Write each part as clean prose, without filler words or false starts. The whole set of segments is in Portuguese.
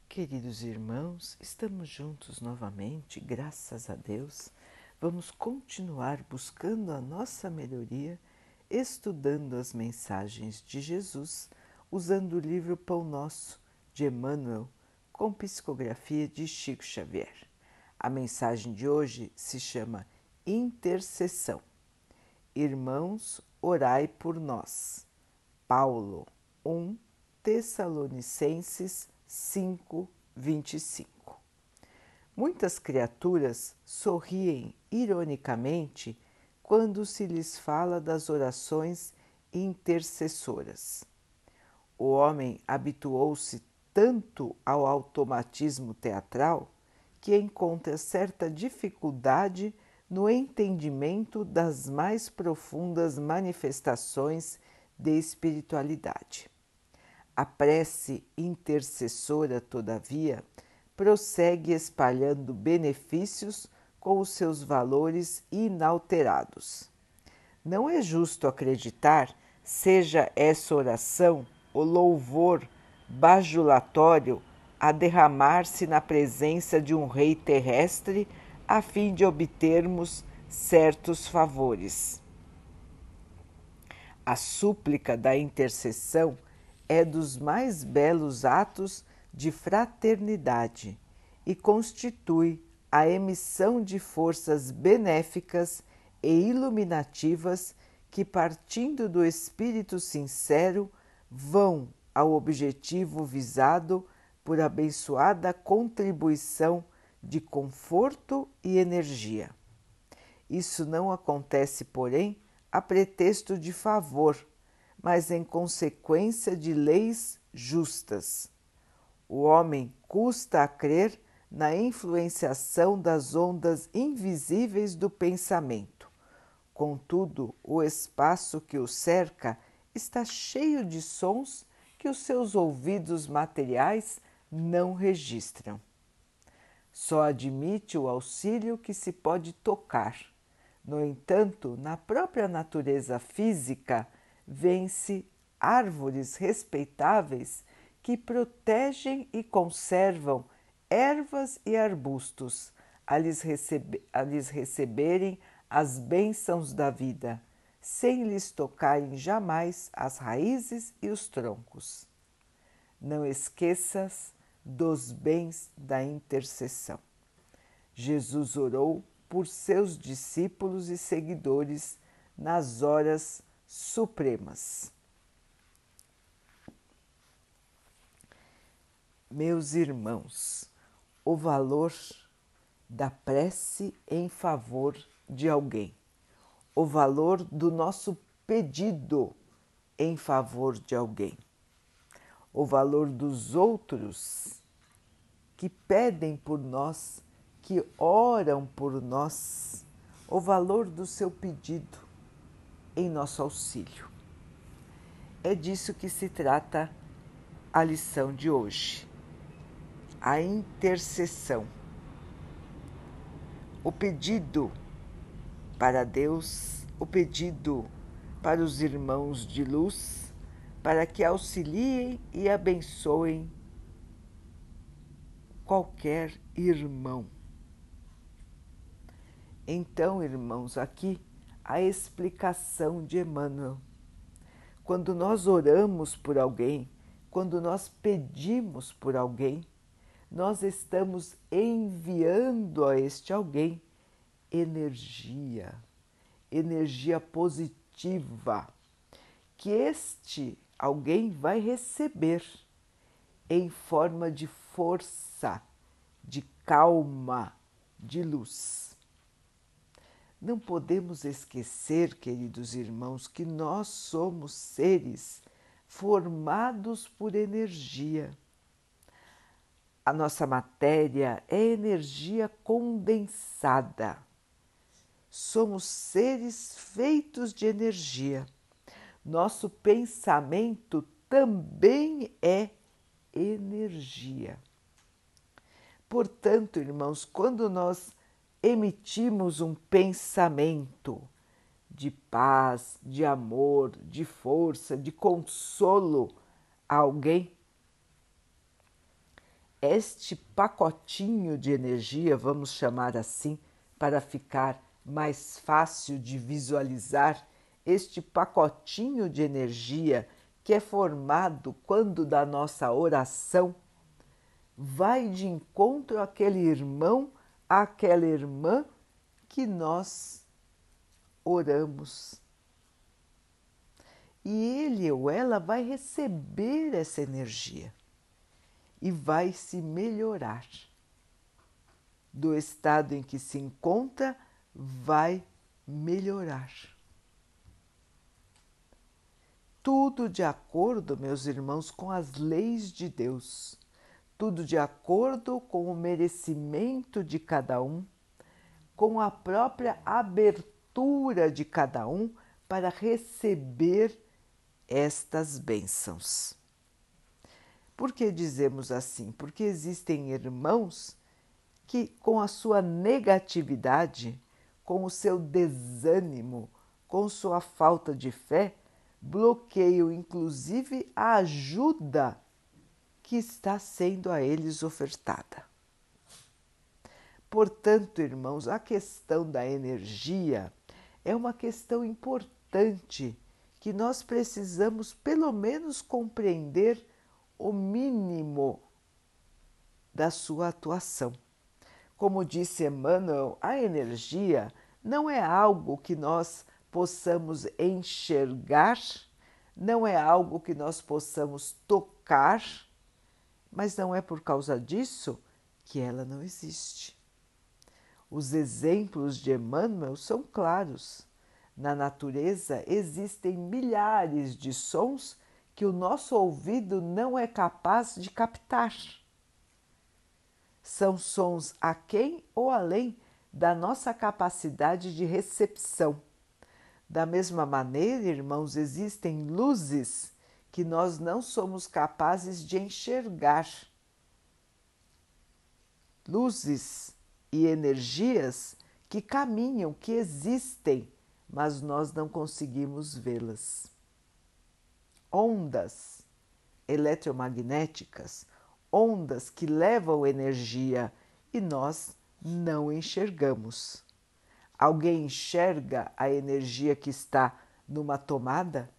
Queridos irmãos, estamos juntos novamente, graças a Deus. Vamos continuar buscando a nossa melhoria, estudando as mensagens de Jesus, usando o livro Pão Nosso, de Emmanuel, com psicografia de Chico Xavier. A mensagem de hoje se chama Intercessão. Irmãos, orai por nós. Paulo 1 Tessalonicenses 5, 25. Muitas criaturas sorriem ironicamente quando se lhes fala das orações intercessoras. O homem habituou-se tanto ao automatismo teatral que encontra certa dificuldade no entendimento das mais profundas manifestações de espiritualidade. A prece intercessora, todavia, prossegue espalhando benefícios com os seus valores inalterados. Não é justo acreditar, seja essa oração o louvor bajulatório a derramar-se na presença de um rei terrestre a fim de obtermos certos favores. A súplica da intercessão é dos mais belos atos de fraternidade e constitui a emissão de forças benéficas e iluminativas que, partindo do espírito sincero, vão ao objetivo visado por abençoada contribuição de conforto e energia. Isso não acontece, porém, a pretexto de favor, mas em consequência de leis justas. O homem custa a crer na influenciação das ondas invisíveis do pensamento. Contudo, o espaço que o cerca está cheio de sons que os seus ouvidos materiais não registram. Só admite o auxílio que se pode tocar. No entanto, na própria natureza física, vê-se árvores respeitáveis que protegem e conservam ervas e arbustos a lhes receberem as bênçãos da vida, sem lhes tocarem jamais as raízes e os troncos. Não esqueças dos bens da intercessão. Jesus orou por seus discípulos e seguidores nas horas supremas. Meus irmãos, o valor da prece em favor de alguém, o valor do nosso pedido em favor de alguém, o valor dos outros que pedem por nós, que oram por nós, o valor do seu pedido em nosso auxílio. É disso que se trata a lição de hoje. A intercessão. O pedido para Deus, o pedido para os irmãos de luz, para que auxiliem e abençoem qualquer irmão. Então, irmãos, aqui a explicação de Emmanuel. Quando nós oramos por alguém, quando nós pedimos por alguém, nós estamos enviando a este alguém energia, energia positiva, que este alguém vai receber em forma de força, de calma, de luz. Não podemos esquecer, queridos irmãos, que nós somos seres formados por energia. A nossa matéria é energia condensada. Somos seres feitos de energia. Nosso pensamento também é energia. Portanto, irmãos, quando nós emitimos um pensamento de paz, de amor, de força, de consolo a alguém, este pacotinho de energia, vamos chamar assim, para ficar mais fácil de visualizar, este pacotinho de energia que é formado quando da nossa oração vai de encontro àquele irmão, àquela irmã que nós oramos. E ele ou ela vai receber essa energia e vai se melhorar. Do estado em que se encontra, vai melhorar. Tudo de acordo, meus irmãos, com as leis de Deus. Tudo de acordo com o merecimento de cada um, com a própria abertura de cada um para receber estas bênçãos. Por que dizemos assim? Porque existem irmãos que, com a sua negatividade, com o seu desânimo, com sua falta de fé, bloqueiam inclusive a ajuda que está sendo a eles ofertada. Portanto, irmãos, a questão da energia é uma questão importante que nós precisamos pelo menos compreender o mínimo da sua atuação. Como disse Emmanuel, a energia não é algo que nós possamos enxergar, não é algo que nós possamos tocar, mas não é por causa disso que ela não existe. Os exemplos de Emmanuel são claros. Na natureza existem milhares de sons que o nosso ouvido não é capaz de captar. São sons aquém ou além da nossa capacidade de recepção. Da mesma maneira, irmãos, existem luzes que nós não somos capazes de enxergar. Luzes e energias que caminham, que existem, mas nós não conseguimos vê-las. Ondas eletromagnéticas, ondas que levam energia e nós não enxergamos. Alguém enxerga a energia que está numa tomada,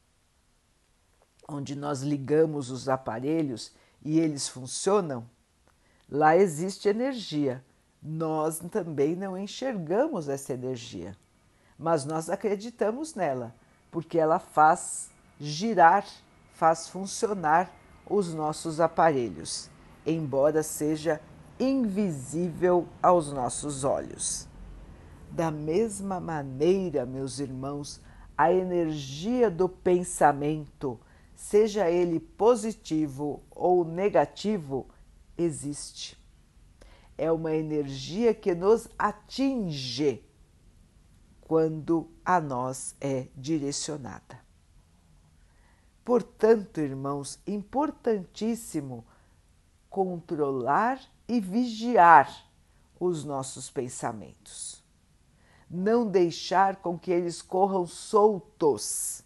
onde nós ligamos os aparelhos e eles funcionam? Lá existe energia. Nós também não enxergamos essa energia, mas nós acreditamos nela, porque ela faz girar, faz funcionar os nossos aparelhos, embora seja invisível aos nossos olhos. Da mesma maneira, meus irmãos, a energia do pensamento, seja ele positivo ou negativo, existe. É uma energia que nos atinge quando a nós é direcionada. Portanto, irmãos, importantíssimo controlar e vigiar os nossos pensamentos. Não deixar com que eles corram soltos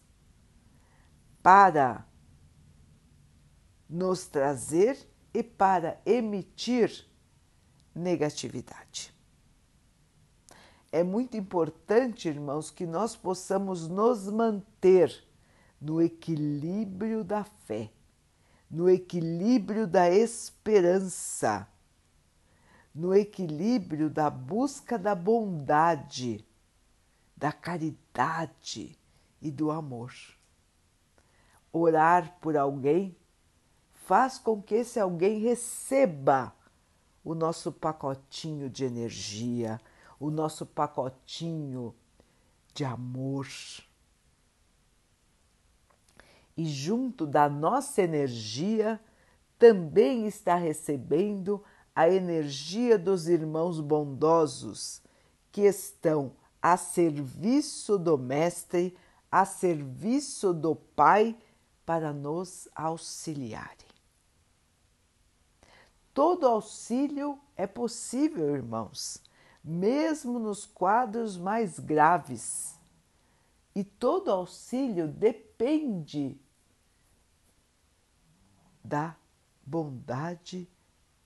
para nos trazer e para emitir negatividade. É muito importante, irmãos, que nós possamos nos manter no equilíbrio da fé, no equilíbrio da esperança, no equilíbrio da busca da bondade, da caridade e do amor. Orar por alguém faz com que esse alguém receba o nosso pacotinho de energia, o nosso pacotinho de amor. E junto da nossa energia também está recebendo a energia dos irmãos bondosos que estão a serviço do Mestre, a serviço do Pai, para nos auxiliarem. Todo auxílio é possível, irmãos, mesmo nos quadros mais graves. E todo auxílio depende da bondade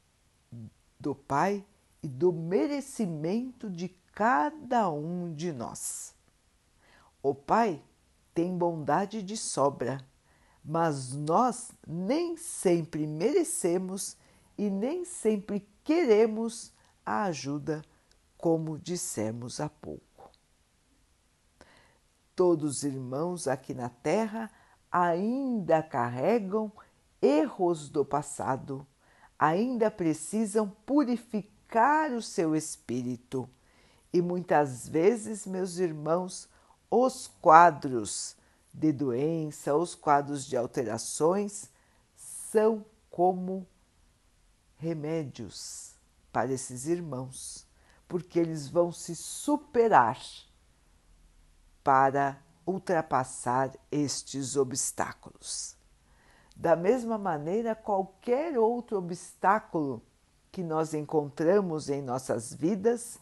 do Pai e do merecimento de cada um de nós. O Pai tem bondade de sobra, mas nós nem sempre merecemos e nem sempre queremos a ajuda, como dissemos há pouco. Todos os irmãos aqui na Terra ainda carregam erros do passado, ainda precisam purificar o seu espírito. E muitas vezes, meus irmãos, os quadros de doença, os quadros de alterações são como remédios para esses irmãos, porque eles vão se superar para ultrapassar estes obstáculos. Da mesma maneira, qualquer outro obstáculo que nós encontramos em nossas vidas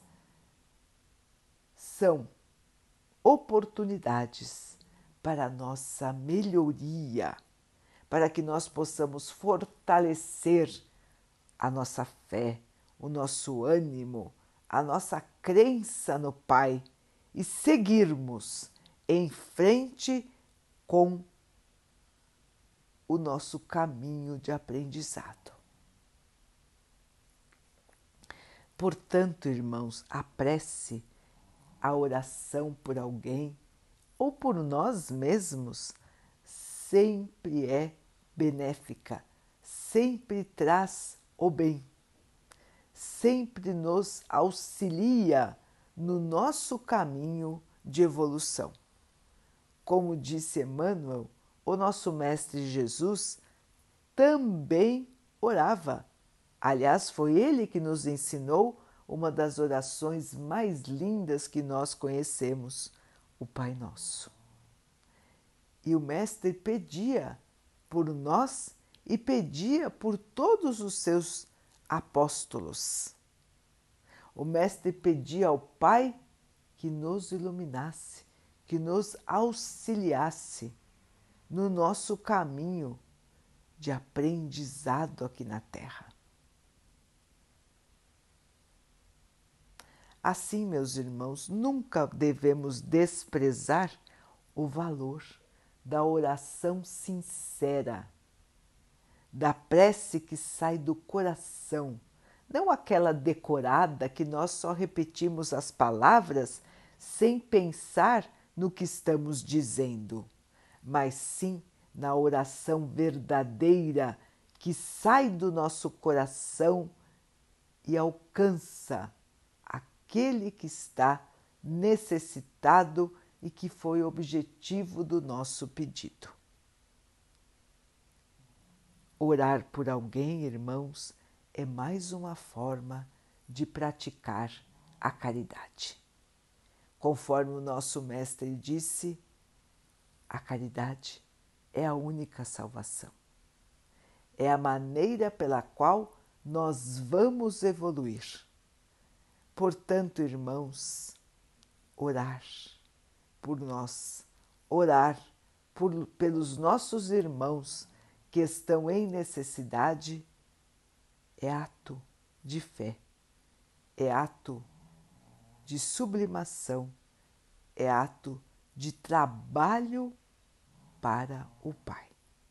são oportunidades para a nossa melhoria, para que nós possamos fortalecer a nossa fé, o nosso ânimo, a nossa crença no Pai e seguirmos em frente com o nosso caminho de aprendizado. Portanto, irmãos, a prece, a oração por alguém ou por nós mesmos sempre é benéfica, sempre traz o bem, sempre nos auxilia no nosso caminho de evolução. Como disse Emmanuel, o nosso Mestre Jesus também orava. Aliás, foi ele que nos ensinou uma das orações mais lindas que nós conhecemos, o Pai Nosso. E o Mestre pedia por nós e pedia por todos os seus apóstolos. O Mestre pedia ao Pai que nos iluminasse, que nos auxiliasse no nosso caminho de aprendizado aqui na Terra. Assim, meus irmãos, nunca devemos desprezar o valor da oração sincera, da prece que sai do coração, não aquela decorada que nós só repetimos as palavras sem pensar no que estamos dizendo, mas sim na oração verdadeira que sai do nosso coração e alcança aquele que está necessitado e que foi objetivo do nosso pedido. Orar por alguém, irmãos, é mais uma forma de praticar a caridade. Conforme o nosso Mestre disse, a caridade é a única salvação. É a maneira pela qual nós vamos evoluir. Portanto, irmãos, orar por nós, orar pelos nossos irmãos que estão em necessidade é ato de fé, é ato de sublimação, é ato de trabalho para o Pai.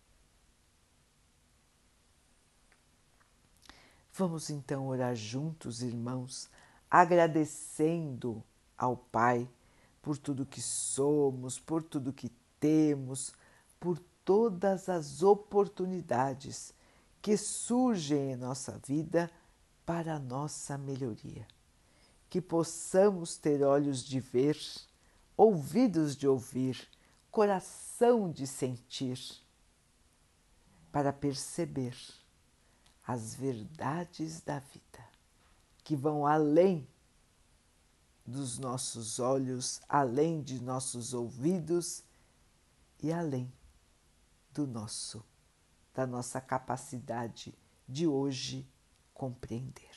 Vamos então orar juntos, irmãos, agradecendo ao Pai por tudo que somos, por tudo que temos, por todas as oportunidades que surgem em nossa vida para a nossa melhoria. Que possamos ter olhos de ver, ouvidos de ouvir, coração de sentir, para perceber as verdades da vida, que vão além dos nossos olhos, além de nossos ouvidos e além da nossa capacidade de hoje compreender.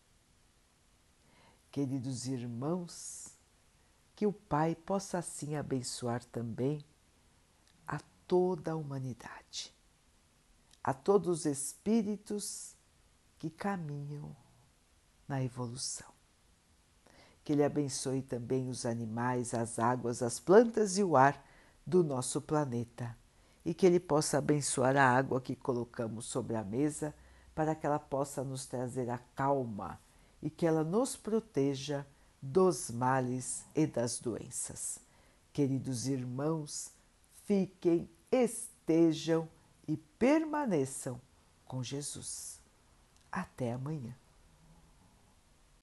Queridos irmãos, que o Pai possa assim abençoar também a toda a humanidade, a todos os espíritos que caminham na evolução. Que Ele abençoe também os animais, as águas, as plantas e o ar do nosso planeta. E que Ele possa abençoar a água que colocamos sobre a mesa para que ela possa nos trazer a calma e que ela nos proteja dos males e das doenças. Queridos irmãos, fiquem, estejam e permaneçam com Jesus. Até amanhã.